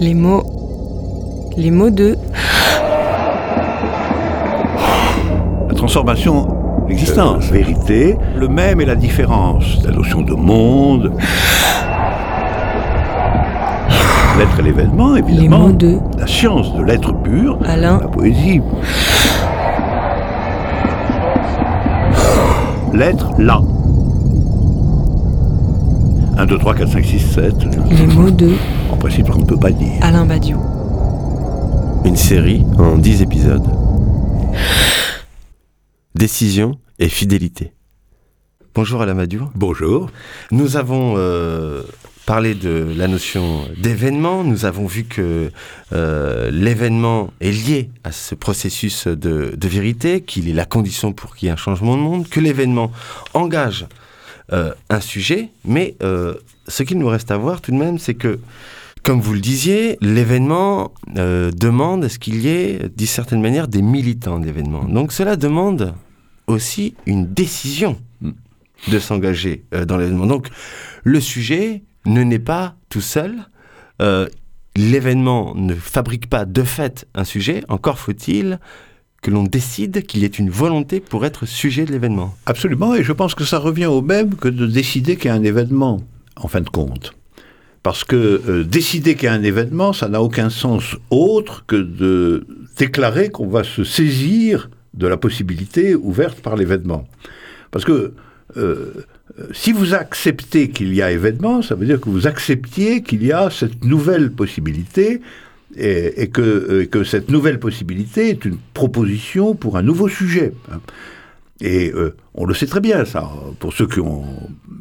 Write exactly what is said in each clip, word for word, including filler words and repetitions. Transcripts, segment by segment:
Les mots... Les mots de... La transformation, l'existence, euh, vérité, le même et la différence, la notion de monde, l'être et l'événement, évidemment, les mots de... la science de l'être pur, Alain. La poésie, l'être là. un, deux, trois, quatre, cinq, six, sept. Les mots de... En principe, on ne peut pas dire. Alain Badiou. Une série en dix épisodes. Décision et fidélité. Bonjour Alain Badiou. Bonjour. Nous avons euh, parlé de la notion d'événement. Nous avons vu que euh, l'événement est lié à ce processus de, de vérité, qu'il est la condition pour qu'il y ait un changement de monde, que l'événement engage euh, un sujet, mais euh, ce qu'il nous reste à voir tout de même, c'est que, comme vous le disiez, l'événement euh, demande à ce qu'il y ait, d'une certaine manière, des militants de l'événement. Donc cela demande aussi une décision de s'engager euh, dans l'événement. Donc le sujet ne naît pas tout seul. Euh, l'événement ne fabrique pas de fait un sujet. Encore faut-il que l'on décide qu'il y ait une volonté pour être sujet de l'événement. Absolument, et je pense que ça revient au même que de décider qu'il y a un événement, en fin de compte. Parce que euh, décider qu'il y a un événement, ça n'a aucun sens autre que de déclarer qu'on va se saisir de la possibilité ouverte par l'événement. Parce que euh, si vous acceptez qu'il y a événement, ça veut dire que vous acceptiez qu'il y a cette nouvelle possibilité et, et, que, et que cette nouvelle possibilité est une proposition pour un nouveau sujet. Et euh, on le sait très bien, ça. Pour ceux qui ont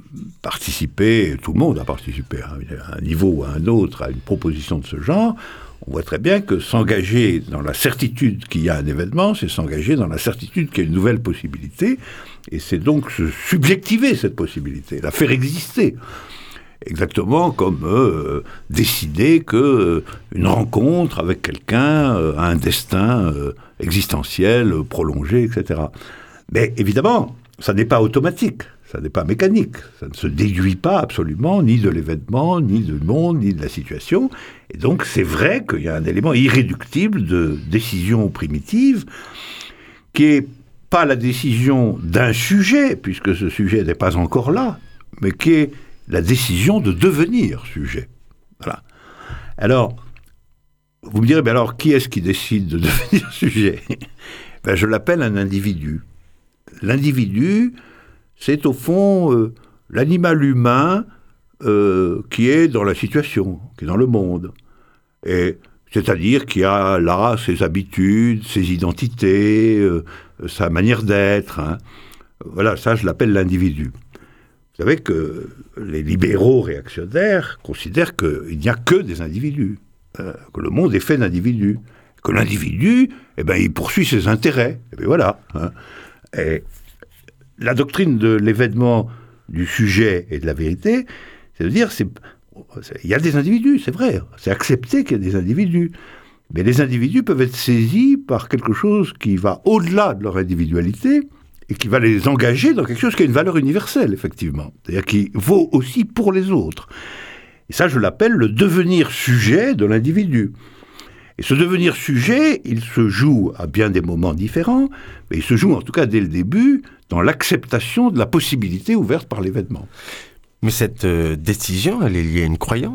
participé, tout le monde a participé à un niveau ou à un autre à une proposition de ce genre, on voit très bien que s'engager dans la certitude qu'il y a un événement, c'est s'engager dans la certitude qu'il y a une nouvelle possibilité, et c'est donc se subjectiver cette possibilité, la faire exister. Exactement comme euh, décider que euh, une rencontre avec quelqu'un euh, a un destin euh, existentiel, euh, prolongé, et cetera. Mais évidemment, ça n'est pas automatique, ça n'est pas mécanique, ça ne se déduit pas absolument ni de l'événement, ni du monde, ni de la situation. Et donc c'est vrai qu'il y a un élément irréductible de décision primitive qui n'est pas la décision d'un sujet, puisque ce sujet n'est pas encore là, mais qui est la décision de devenir sujet. Voilà. Alors, vous me direz, mais alors qui est-ce qui décide de devenir sujet ? Ben, je l'appelle un individu. L'individu, c'est au fond euh, l'animal humain euh, qui est dans la situation, qui est dans le monde. Et c'est-à-dire qui a là ses habitudes, ses identités, euh, sa manière d'être. Hein. Voilà, ça je l'appelle l'individu. Vous savez que les libéraux réactionnaires considèrent qu'il n'y a que des individus, euh, que le monde est fait d'individus, que l'individu, eh ben, il poursuit ses intérêts. Et bien voilà. Hein. Et la doctrine de l'événement, du sujet et de la vérité, c'est de dire, c'est, il y a des individus, c'est vrai, c'est accepté qu'il y a des individus, mais les individus peuvent être saisis par quelque chose qui va au-delà de leur individualité et qui va les engager dans quelque chose qui a une valeur universelle, effectivement, c'est-à-dire qui vaut aussi pour les autres. Et ça, je l'appelle le devenir sujet de l'individu. Et ce devenir sujet, il se joue à bien des moments différents, mais il se joue en tout cas dès le début dans l'acceptation de la possibilité ouverte par l'événement. Mais cette euh, décision, elle est liée à une croyance ?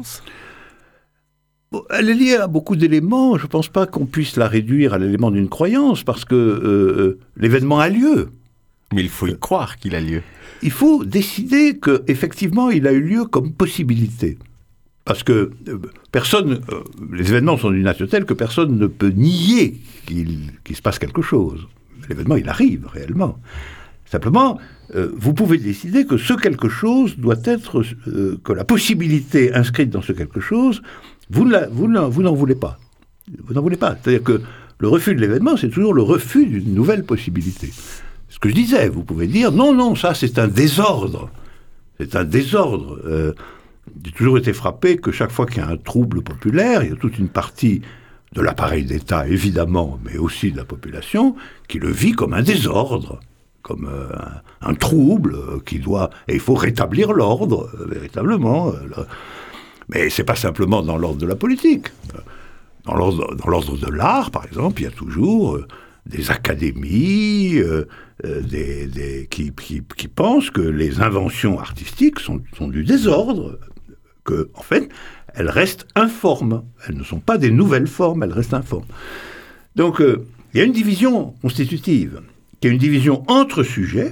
Bon, elle est liée à beaucoup d'éléments. Je ne pense pas qu'on puisse la réduire à l'élément d'une croyance, parce que euh, l'événement a lieu. Mais il faut y croire qu'il a lieu. Il faut décider qu'effectivement, il a eu lieu comme possibilité. Parce que euh, personne, euh, les événements sont d'une nature telle que personne ne peut nier qu'il, qu'il se passe quelque chose. L'événement, il arrive réellement. Simplement, euh, vous pouvez décider que ce quelque chose doit être, euh, que la possibilité inscrite dans ce quelque chose, vous, ne la, vous, ne, vous n'en voulez pas. Vous n'en voulez pas. C'est-à-dire que le refus de l'événement, c'est toujours le refus d'une nouvelle possibilité. Ce que je disais, vous pouvez dire, non, non, ça c'est un désordre. C'est un désordre. Euh, J'ai toujours été frappé que chaque fois qu'il y a un trouble populaire, il y a toute une partie de l'appareil d'État, évidemment, mais aussi de la population, qui le vit comme un désordre, comme euh, un, un trouble euh, qui doit... Et il faut rétablir l'ordre, euh, véritablement. Euh, Mais c'est pas simplement dans l'ordre de la politique. Dans l'ordre, dans l'ordre de l'art, par exemple, il y a toujours euh, des académies euh, euh, des, des, qui, qui, qui pensent que les inventions artistiques sont, sont du désordre, que, en fait, elles restent informes. Elles ne sont pas des nouvelles formes, elles restent informes. Donc, euh, il y a une division constitutive, qui est une division entre sujets,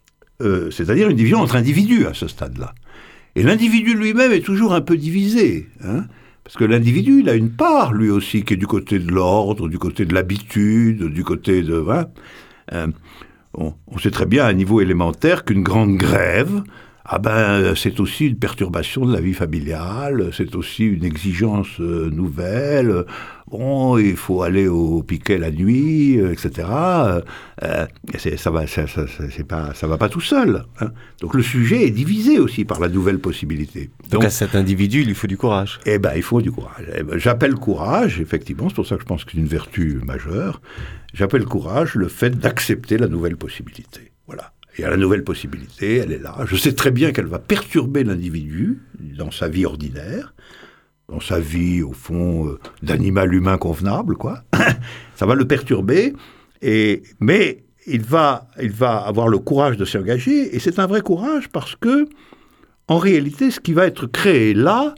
euh, c'est-à-dire une division entre individus à ce stade-là. Et l'individu lui-même est toujours un peu divisé, hein, parce que l'individu, il a une part, lui aussi, qui est du côté de l'ordre, du côté de l'habitude, du côté de... Hein, euh, on, on sait très bien à un niveau élémentaire qu'une grande grève, ah ben, c'est aussi une perturbation de la vie familiale, c'est aussi une exigence euh, nouvelle. Bon, il faut aller au piquet la nuit, euh, et cetera. Euh, c'est, ça va, ça, ça, ça, c'est pas, ça va pas tout seul. Hein. Donc le sujet est divisé aussi par la nouvelle possibilité. Donc, Donc à cet individu, il lui faut du courage. Eh ben, il faut du courage. Eh ben, j'appelle courage, effectivement, c'est pour ça que je pense que c'est une vertu majeure. J'appelle courage le fait d'accepter la nouvelle possibilité. Voilà. Il y a la nouvelle possibilité, elle est là. Je sais très bien qu'elle va perturber l'individu dans sa vie ordinaire, dans sa vie, au fond, euh, d'animal humain convenable, quoi. Ça va le perturber, et, mais il va, il va avoir le courage de s'y engager, et c'est un vrai courage parce que, en réalité, ce qui va être créé là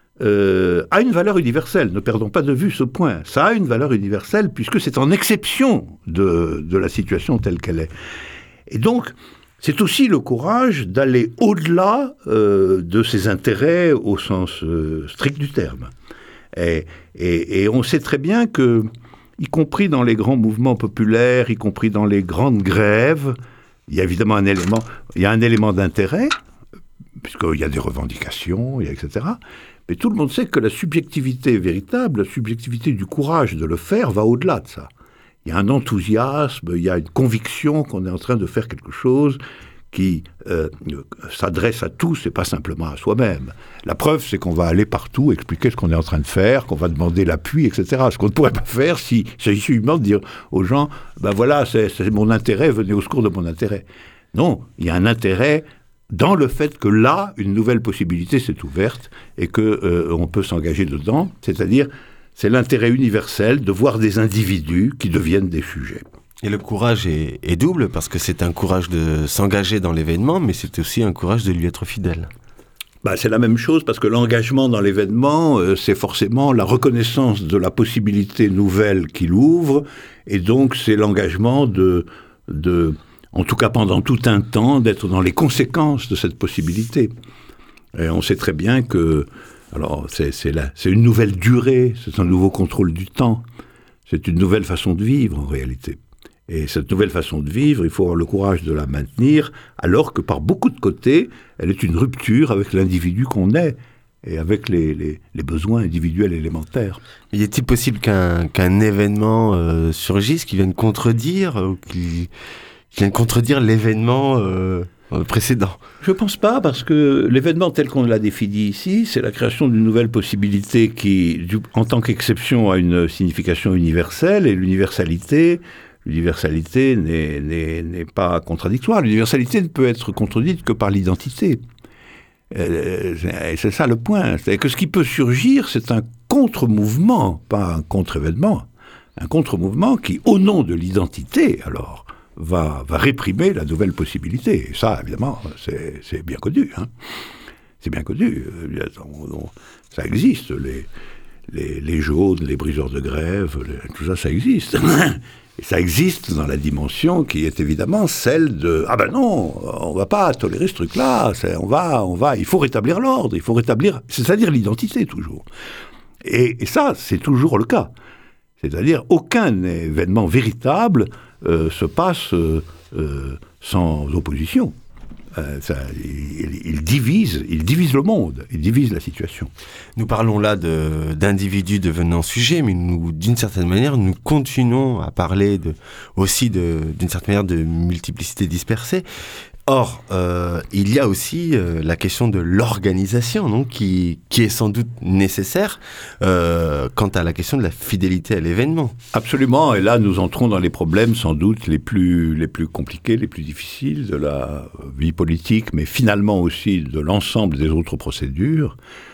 euh, a une valeur universelle. Ne perdons pas de vue ce point. Ça a une valeur universelle puisque c'est en exception de, de la situation telle qu'elle est. Et donc, c'est aussi le courage d'aller au-delà euh, de ses intérêts au sens euh, strict du terme. Et, et, et on sait très bien que, y compris dans les grands mouvements populaires, y compris dans les grandes grèves, il y a évidemment un élément, il y a un élément d'intérêt, puisqu'il y a des revendications, il y a et cetera. Mais tout le monde sait que la subjectivité véritable, la subjectivité du courage de le faire va au-delà de ça. Il y a un enthousiasme, il y a une conviction qu'on est en train de faire quelque chose qui euh, s'adresse à tous et pas simplement à soi-même. La preuve, c'est qu'on va aller partout expliquer ce qu'on est en train de faire, qu'on va demander l'appui, et cetera. Ce qu'on ne pourrait pas faire s'il s'agissait uniquement de dire aux gens « ben voilà, c'est, c'est mon intérêt, venez au secours de mon intérêt ». Non, il y a un intérêt dans le fait que là, une nouvelle possibilité s'est ouverte et qu'on euh, peut s'engager dedans, c'est-à-dire... C'est l'intérêt universel de voir des individus qui deviennent des sujets. Et le courage est, est double, parce que c'est un courage de s'engager dans l'événement, mais c'est aussi un courage de lui être fidèle. Bah, c'est la même chose, parce que l'engagement dans l'événement, euh, c'est forcément la reconnaissance de la possibilité nouvelle qu'il ouvre, et donc c'est l'engagement de, de, en tout cas pendant tout un temps, d'être dans les conséquences de cette possibilité. Et on sait très bien que Alors, c'est, c'est, la, c'est une nouvelle durée, c'est un nouveau contrôle du temps, c'est une nouvelle façon de vivre en réalité. Et cette nouvelle façon de vivre, il faut avoir le courage de la maintenir, alors que par beaucoup de côtés, elle est une rupture avec l'individu qu'on est, et avec les, les, les besoins individuels élémentaires. Y est-il possible qu'un, qu'un événement euh, surgisse qui vienne contredire, ou qui, qui vienne contredire l'événement euh précédent? Je ne pense pas, parce que l'événement tel qu'on l'a défini ici, c'est la création d'une nouvelle possibilité qui, du, en tant qu'exception, a une signification universelle, et l'universalité, l'universalité n'est, n'est, n'est pas contradictoire. L'universalité ne peut être contredite que par l'identité. Euh, et c'est ça le point. C'est que ce qui peut surgir, c'est un contre-mouvement, pas un contre-événement. Un contre-mouvement qui, au nom de l'identité, alors, Va, va réprimer la nouvelle possibilité. Et ça, évidemment, c'est, c'est bien connu. Hein. C'est bien connu. On, on, ça existe. Les, les, les jaunes, les briseurs de grève, les, tout ça, ça existe. Et ça existe dans la dimension qui est évidemment celle de « Ah ben non, on ne va pas tolérer ce truc-là. C'est, on va, on va, il faut rétablir l'ordre. Il faut rétablir... » C'est-à-dire l'identité, toujours. Et, et ça, c'est toujours le cas. C'est-à-dire, aucun événement véritable euh, se passe euh, euh, sans opposition. Euh, ça, il, il, divise, il divise le monde, il divise la situation. Nous parlons là de, d'individus devenant sujets, mais nous, d'une certaine manière, nous continuons à parler de, aussi de, d'une certaine manière de multiplicité dispersée. Or, euh, il y a aussi euh, la question de l'organisation, donc, qui, qui est sans doute nécessaire euh, quant à la question de la fidélité à l'événement. Absolument, et là nous entrons dans les problèmes sans doute les plus, les plus compliqués, les plus difficiles de la vie politique, mais finalement aussi de l'ensemble des autres procédures.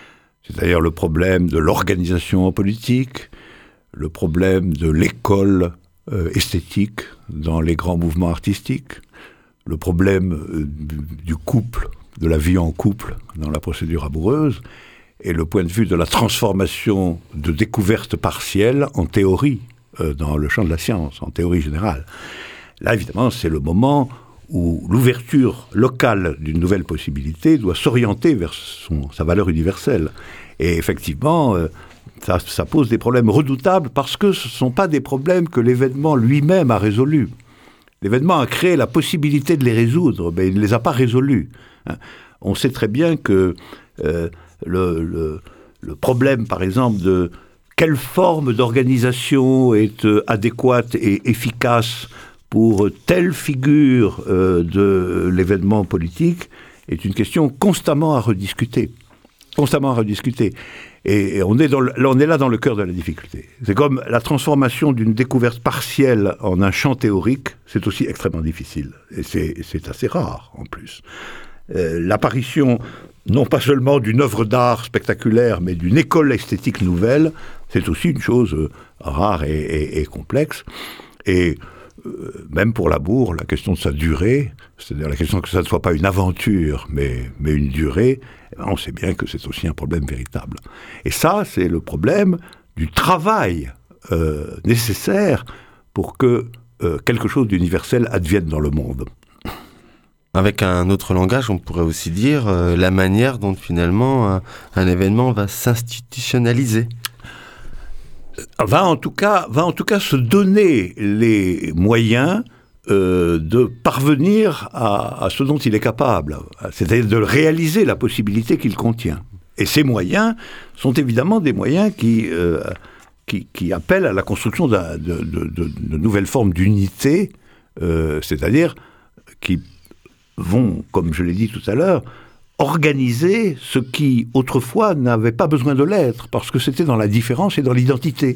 c'est-à-dire le problème de l'organisation en politique, le problème de l'école euh, esthétique dans les grands mouvements artistiques, le problème euh, du couple, de la vie en couple dans la procédure amoureuse, et le point de vue de la transformation de découvertes partielles en théorie euh, dans le champ de la science, en théorie générale. Là, évidemment, c'est le moment où l'ouverture locale d'une nouvelle possibilité doit s'orienter vers son, sa valeur universelle. Et effectivement, euh, ça, ça pose des problèmes redoutables parce que ce ne sont pas des problèmes que l'événement lui-même a résolus. L'événement a créé la possibilité de les résoudre, mais il ne les a pas résolus. Hein. On sait très bien que euh, le, le, le problème, par exemple, de quelle forme d'organisation est euh, adéquate et efficace pour telle figure euh, de l'événement politique est une question constamment à rediscuter. Constamment à rediscuter. Et, et on, est dans le, on est là dans le cœur de la difficulté. C'est comme la transformation d'une découverte partielle en un champ théorique, c'est aussi extrêmement difficile. Et c'est, c'est assez rare, en plus. Euh, l'apparition, non pas seulement d'une œuvre d'art spectaculaire, mais d'une école esthétique nouvelle, c'est aussi une chose euh, rare et, et, et complexe. Et euh, même pour Labour, la question de sa durée, c'est-à-dire la question que ça ne soit pas une aventure, mais, mais une durée, eh ben on sait bien que c'est aussi un problème véritable. Et ça, c'est le problème du travail euh, nécessaire pour que euh, quelque chose d'universel advienne dans le monde. Avec un autre langage, on pourrait aussi dire euh, la manière dont finalement un, un événement va s'institutionnaliser. Va en tout cas, va en tout cas se donner les moyens euh, de parvenir à, à ce dont il est capable, c'est-à-dire de réaliser la possibilité qu'il contient. Et ces moyens sont évidemment des moyens qui, euh, qui, qui appellent à la construction de, de, de, de nouvelles formes d'unité, euh, c'est-à-dire qui vont, comme je l'ai dit tout à l'heure, organiser ce qui, autrefois, n'avait pas besoin de l'être, parce que c'était dans la différence et dans l'identité.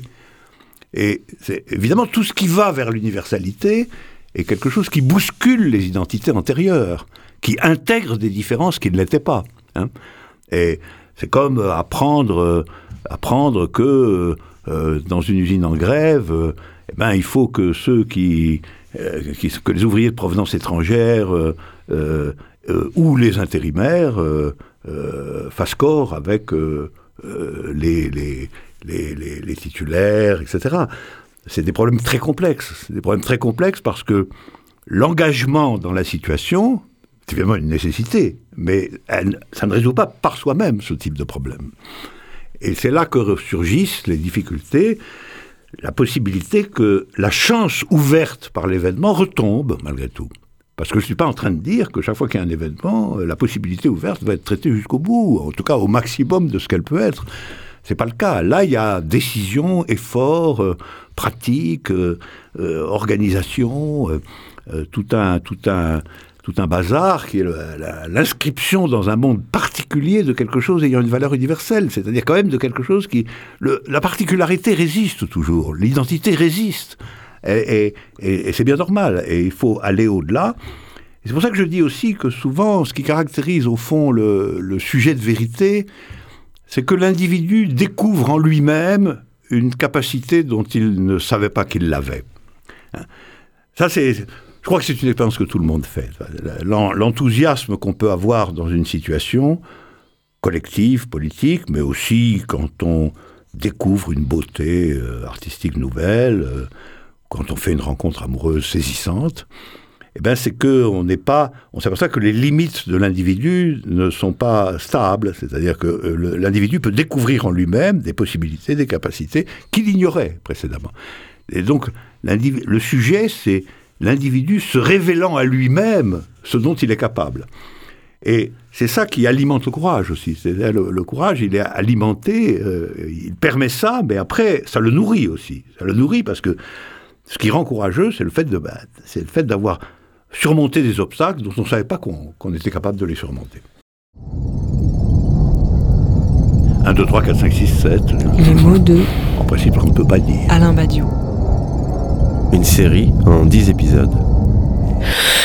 Et c'est, évidemment, tout ce qui va vers l'universalité est quelque chose qui bouscule les identités antérieures, qui intègre des différences qui ne l'étaient pas. Hein. Et c'est comme apprendre, euh, apprendre que euh, dans une usine en grève, euh, eh ben, il faut que ceux qui, euh, qui... que les ouvriers de provenance étrangère... Euh, euh, Euh, où les intérimaires euh, euh, fassent corps avec euh, euh, les, les, les, les, les titulaires, et cetera. C'est des problèmes très complexes. C'est des problèmes très complexes parce que l'engagement dans la situation, c'est évidemment une nécessité, mais elle, ça ne résout pas par soi-même ce type de problème. Et c'est là que ressurgissent les difficultés, la possibilité que la chance ouverte par l'événement retombe, malgré tout. Parce que je ne suis pas en train de dire que chaque fois qu'il y a un événement, la possibilité ouverte va être traitée jusqu'au bout, en tout cas au maximum de ce qu'elle peut être. Ce n'est pas le cas. Là, il y a décision, effort, euh, pratique, euh, euh, organisation, euh, euh, tout, un, tout, un, tout un bazar qui est le, la, l'inscription dans un monde particulier de quelque chose ayant une valeur universelle, c'est-à-dire quand même de quelque chose qui... Le, la particularité résiste toujours, l'identité résiste. Et, et, et c'est bien normal, et il faut aller au-delà. Et c'est pour ça que je dis aussi que souvent, ce qui caractérise au fond le, le sujet de vérité, c'est que l'individu découvre en lui-même une capacité dont il ne savait pas qu'il l'avait. Ça, c'est, je crois que c'est une expérience que tout le monde fait. L'enthousiasme qu'on peut avoir dans une situation collective, politique, mais aussi quand on découvre une beauté euh, artistique nouvelle, euh, quand on fait une rencontre amoureuse saisissante, eh ben c'est que on n'est pas, on s'aperçoit que les limites de l'individu ne sont pas stables, c'est-à-dire que euh, le, l'individu peut découvrir en lui-même des possibilités, des capacités qu'il ignorait précédemment. Et donc le sujet, c'est l'individu se révélant à lui-même ce dont il est capable. Et c'est ça qui alimente le courage aussi. C'est-à-dire le, le courage, il est alimenté, euh, il permet ça, mais après, ça le nourrit aussi. Ça le nourrit parce que ce qui rend courageux, c'est le fait, de, bah, c'est le fait d'avoir surmonté des obstacles dont on ne savait pas qu'on, qu'on était capable de les surmonter. un, deux, trois, quatre, cinq, six, sept. Les mots de... En principe, on ne peut pas dire. Alain Badiou. Une série en dix épisodes.